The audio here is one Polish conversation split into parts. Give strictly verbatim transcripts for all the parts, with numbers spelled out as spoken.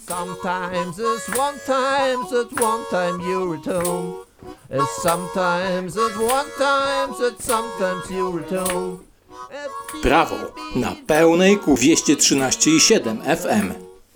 Sometimes it's one time, it's one time you return. It's sometimes it's one time, it's sometimes you return. Prawo na pełnej ku dwieście trzynaście i siedem F M.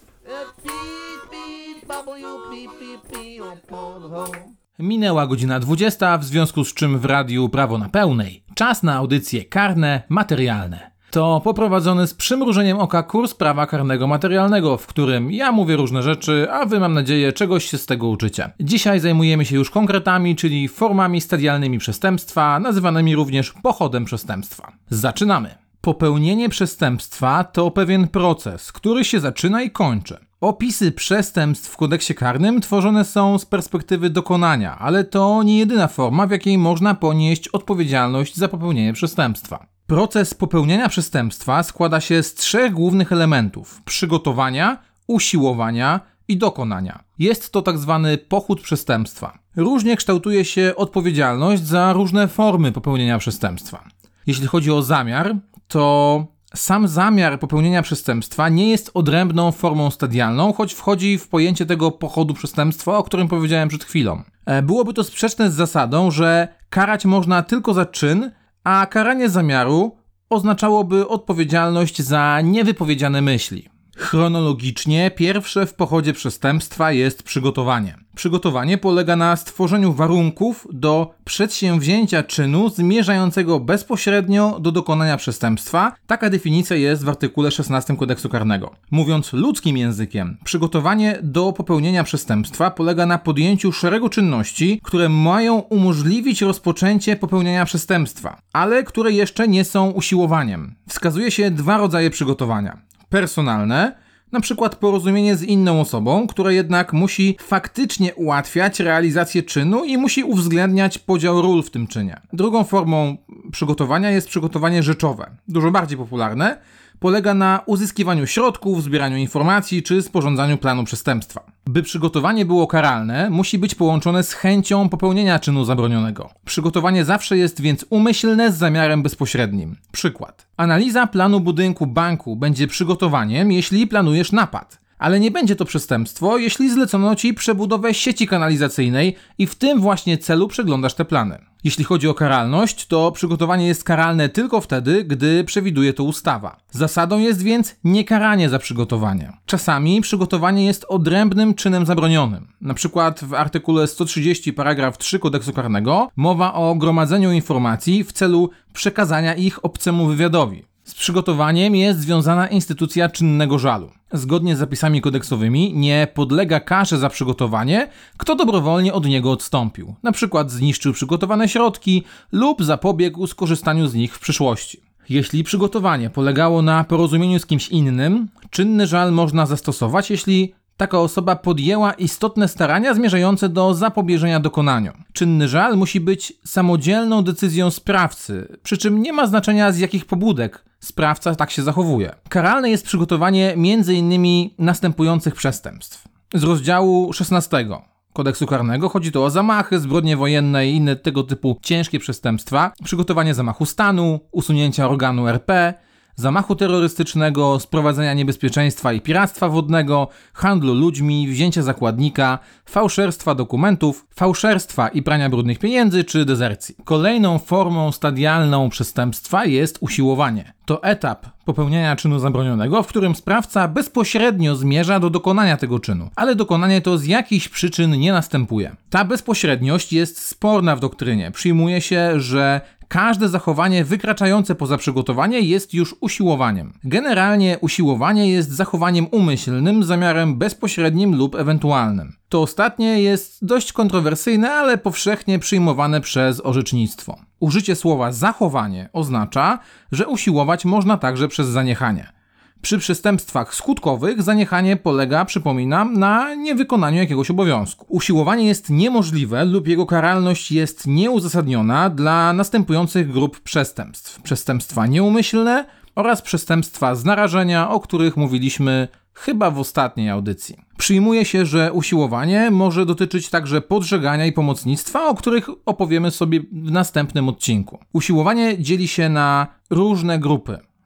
Minęła godzina dwudziesta, w związku z czym w radiu Prawo na pełnej czas na audycje karne materialne. To poprowadzony z przymrużeniem oka kurs prawa karnego materialnego, w którym ja mówię różne rzeczy, a wy, mam nadzieję, czegoś się z tego uczycie. Dzisiaj zajmujemy się już konkretami, czyli formami stadialnymi przestępstwa, nazywanymi również pochodem przestępstwa. Zaczynamy. Popełnienie przestępstwa to pewien proces, który się zaczyna i kończy. Opisy przestępstw w kodeksie karnym tworzone są z perspektywy dokonania, ale to nie jedyna forma, w jakiej można ponieść odpowiedzialność za popełnienie przestępstwa. Proces popełniania przestępstwa składa się z trzech głównych elementów: przygotowania, usiłowania i dokonania. Jest to tak zwany pochód przestępstwa. Różnie kształtuje się odpowiedzialność za różne formy popełnienia przestępstwa. Jeśli chodzi o zamiar, to sam zamiar popełnienia przestępstwa nie jest odrębną formą stadialną, choć wchodzi w pojęcie tego pochodu przestępstwa, o którym powiedziałem przed chwilą. Byłoby to sprzeczne z zasadą, że karać można tylko za czyn, a karanie zamiaru oznaczałoby odpowiedzialność za niewypowiedziane myśli. Chronologicznie pierwsze w pochodzie przestępstwa jest przygotowanie. Przygotowanie polega na stworzeniu warunków do przedsięwzięcia czynu zmierzającego bezpośrednio do dokonania przestępstwa. Taka definicja jest w artykule szesnastym Kodeksu Karnego. Mówiąc ludzkim językiem, przygotowanie do popełnienia przestępstwa polega na podjęciu szeregu czynności, które mają umożliwić rozpoczęcie popełnienia przestępstwa, ale które jeszcze nie są usiłowaniem. Wskazuje się dwa rodzaje przygotowania. Personalne, na przykład porozumienie z inną osobą, która jednak musi faktycznie ułatwiać realizację czynu i musi uwzględniać podział ról w tym czynie. Drugą formą przygotowania jest przygotowanie rzeczowe, dużo bardziej popularne. Polega na uzyskiwaniu środków, zbieraniu informacji czy sporządzaniu planu przestępstwa. By przygotowanie było karalne, musi być połączone z chęcią popełnienia czynu zabronionego. Przygotowanie zawsze jest więc umyślne z zamiarem bezpośrednim. Przykład. Analiza planu budynku banku będzie przygotowaniem, jeśli planujesz napad. Ale nie będzie to przestępstwo, jeśli zlecono ci przebudowę sieci kanalizacyjnej i w tym właśnie celu przeglądasz te plany. Jeśli chodzi o karalność, to przygotowanie jest karalne tylko wtedy, gdy przewiduje to ustawa. Zasadą jest więc niekaranie za przygotowanie. Czasami przygotowanie jest odrębnym czynem zabronionym. Na przykład w artykule sto trzydzieści paragraf trzy Kodeksu Karnego mowa o gromadzeniu informacji w celu przekazania ich obcemu wywiadowi. Z przygotowaniem jest związana instytucja czynnego żalu. Zgodnie z zapisami kodeksowymi nie podlega karze za przygotowanie, kto dobrowolnie od niego odstąpił, na przykład zniszczył przygotowane środki lub zapobiegł skorzystaniu z nich w przyszłości. Jeśli przygotowanie polegało na porozumieniu z kimś innym, czynny żal można zastosować, jeśli taka osoba podjęła istotne starania zmierzające do zapobieżenia dokonaniu. Czynny żal musi być samodzielną decyzją sprawcy, przy czym nie ma znaczenia z jakich pobudek sprawca tak się zachowuje. Karalne jest przygotowanie między innymi następujących przestępstw. Z rozdziału szesnastego Kodeksu Karnego chodzi tu o zamachy, zbrodnie wojenne i inne tego typu ciężkie przestępstwa, przygotowanie zamachu stanu, usunięcia organu R P, zamachu terrorystycznego, sprowadzenia niebezpieczeństwa i piractwa wodnego, handlu ludźmi, wzięcia zakładnika, fałszerstwa dokumentów, fałszerstwa i prania brudnych pieniędzy czy dezercji. Kolejną formą stadialną przestępstwa jest usiłowanie. To etap popełniania czynu zabronionego, w którym sprawca bezpośrednio zmierza do dokonania tego czynu, ale dokonanie to z jakichś przyczyn nie następuje. Ta bezpośredniość jest sporna w doktrynie. Przyjmuje się, że każde zachowanie wykraczające poza przygotowanie jest już usiłowaniem. Generalnie usiłowanie jest zachowaniem umyślnym z zamiarem bezpośrednim lub ewentualnym. To ostatnie jest dość kontrowersyjne, ale powszechnie przyjmowane przez orzecznictwo. Użycie słowa zachowanie oznacza, że usiłować można także przez zaniechanie. Przy przestępstwach skutkowych zaniechanie polega, przypominam, na niewykonaniu jakiegoś obowiązku. Usiłowanie jest niemożliwe lub jego karalność jest nieuzasadniona dla następujących grup przestępstw. Przestępstwa nieumyślne oraz przestępstwa z narażenia, o których mówiliśmy chyba w ostatniej audycji. Przyjmuje się, że usiłowanie może dotyczyć także podżegania i pomocnictwa, o których opowiemy sobie w następnym odcinku. Usiłowanie dzieli się na różne grupy.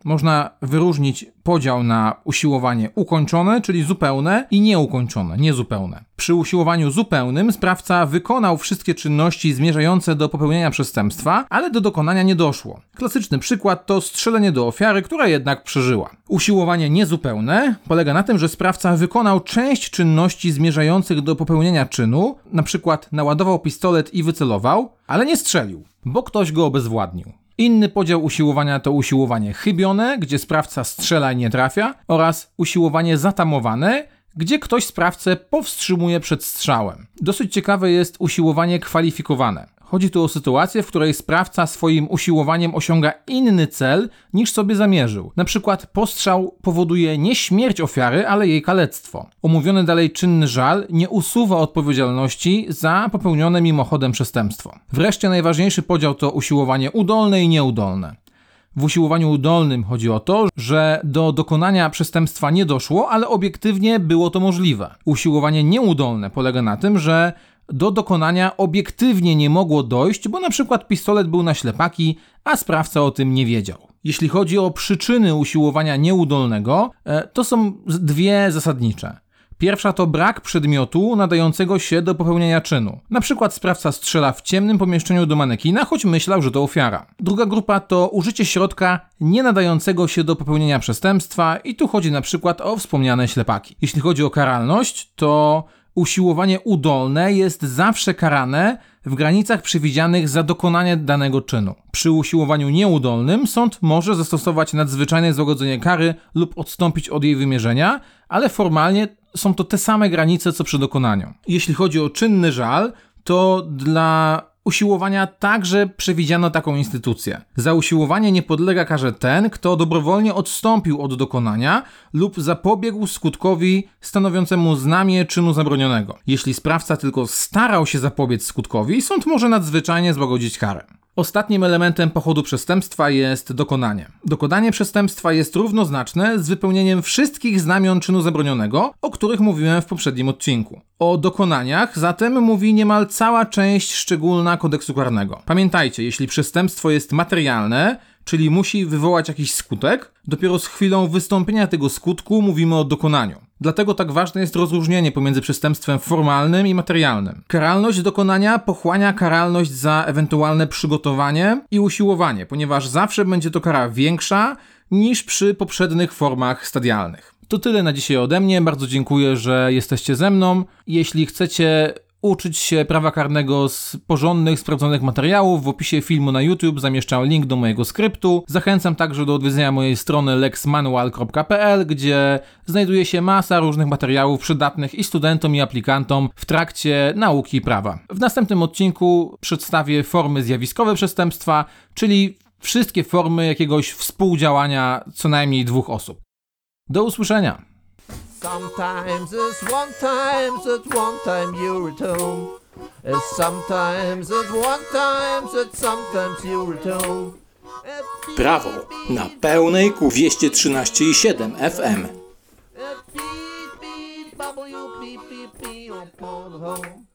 Można wyróżnić podział na usiłowanie ukończone, czyli zupełne, i nieukończone, niezupełne. Przy usiłowaniu zupełnym sprawca wykonał wszystkie czynności zmierzające do popełnienia przestępstwa, ale do dokonania nie doszło. Klasyczny przykład to strzelenie do ofiary, która jednak przeżyła. Usiłowanie niezupełne polega na tym, że sprawca wykonał część czynności zmierzających do popełnienia czynu, na przykład naładował pistolet i wycelował, ale nie strzelił, bo ktoś go obezwładnił. Inny podział usiłowania to usiłowanie chybione, gdzie sprawca strzela i nie trafia, oraz usiłowanie zatamowane, gdzie ktoś sprawcę powstrzymuje przed strzałem. Dosyć ciekawe jest usiłowanie kwalifikowane. Chodzi tu o sytuację, w której sprawca swoim usiłowaniem osiąga inny cel niż sobie zamierzył. Na przykład postrzał powoduje nie śmierć ofiary, ale jej kalectwo. Omówiony dalej czynny żal nie usuwa odpowiedzialności za popełnione mimochodem przestępstwo. Wreszcie najważniejszy podział to usiłowanie udolne i nieudolne. W usiłowaniu udolnym chodzi o to, że do dokonania przestępstwa nie doszło, ale obiektywnie było to możliwe. Usiłowanie nieudolne polega na tym, że do dokonania obiektywnie nie mogło dojść, bo na przykład pistolet był na ślepaki, a sprawca o tym nie wiedział. Jeśli chodzi o przyczyny usiłowania nieudolnego, to są dwie zasadnicze. Pierwsza to brak przedmiotu nadającego się do popełnienia czynu. Na przykład sprawca strzela w ciemnym pomieszczeniu do manekina, choć myślał, że to ofiara. Druga grupa to użycie środka nie nadającego się do popełnienia przestępstwa i tu chodzi na przykład o wspomniane ślepaki. Jeśli chodzi o karalność, to usiłowanie udolne jest zawsze karane w granicach przewidzianych za dokonanie danego czynu. Przy usiłowaniu nieudolnym sąd może zastosować nadzwyczajne złagodzenie kary lub odstąpić od jej wymierzenia, ale formalnie są to te same granice co przy dokonaniu. Jeśli chodzi o czynny żal, to dla usiłowania także przewidziano taką instytucję. Za usiłowanie nie podlega karze ten, kto dobrowolnie odstąpił od dokonania lub zapobiegł skutkowi stanowiącemu znamię czynu zabronionego. Jeśli sprawca tylko starał się zapobiec skutkowi, sąd może nadzwyczajnie złagodzić karę. Ostatnim elementem pochodu przestępstwa jest dokonanie. Dokonanie przestępstwa jest równoznaczne z wypełnieniem wszystkich znamion czynu zabronionego, o których mówiłem w poprzednim odcinku. O dokonaniach zatem mówi niemal cała część szczególna kodeksu karnego. Pamiętajcie, jeśli przestępstwo jest materialne, czyli musi wywołać jakiś skutek, dopiero z chwilą wystąpienia tego skutku mówimy o dokonaniu. Dlatego tak ważne jest rozróżnienie pomiędzy przestępstwem formalnym i materialnym. Karalność dokonania pochłania karalność za ewentualne przygotowanie i usiłowanie, ponieważ zawsze będzie to kara większa niż przy poprzednich formach stadialnych. To tyle na dzisiaj ode mnie. Bardzo dziękuję, że jesteście ze mną. Jeśli chcecie uczyć się prawa karnego z porządnych, sprawdzonych materiałów, w opisie filmu na YouTube zamieszczam link do mojego skryptu. Zachęcam także do odwiedzenia mojej strony lex manual kropka p l, gdzie znajduje się masa różnych materiałów przydatnych i studentom, i aplikantom w trakcie nauki prawa. W następnym odcinku przedstawię formy zjawiskowe przestępstwa, czyli wszystkie formy jakiegoś współdziałania co najmniej dwóch osób. Do usłyszenia! Sometimes it's one time, it's one time you're at home. It's sometimes it's one time, it's sometimes you're at home. Prawo na pełnej ku dwieście trzynaście i siedem F M.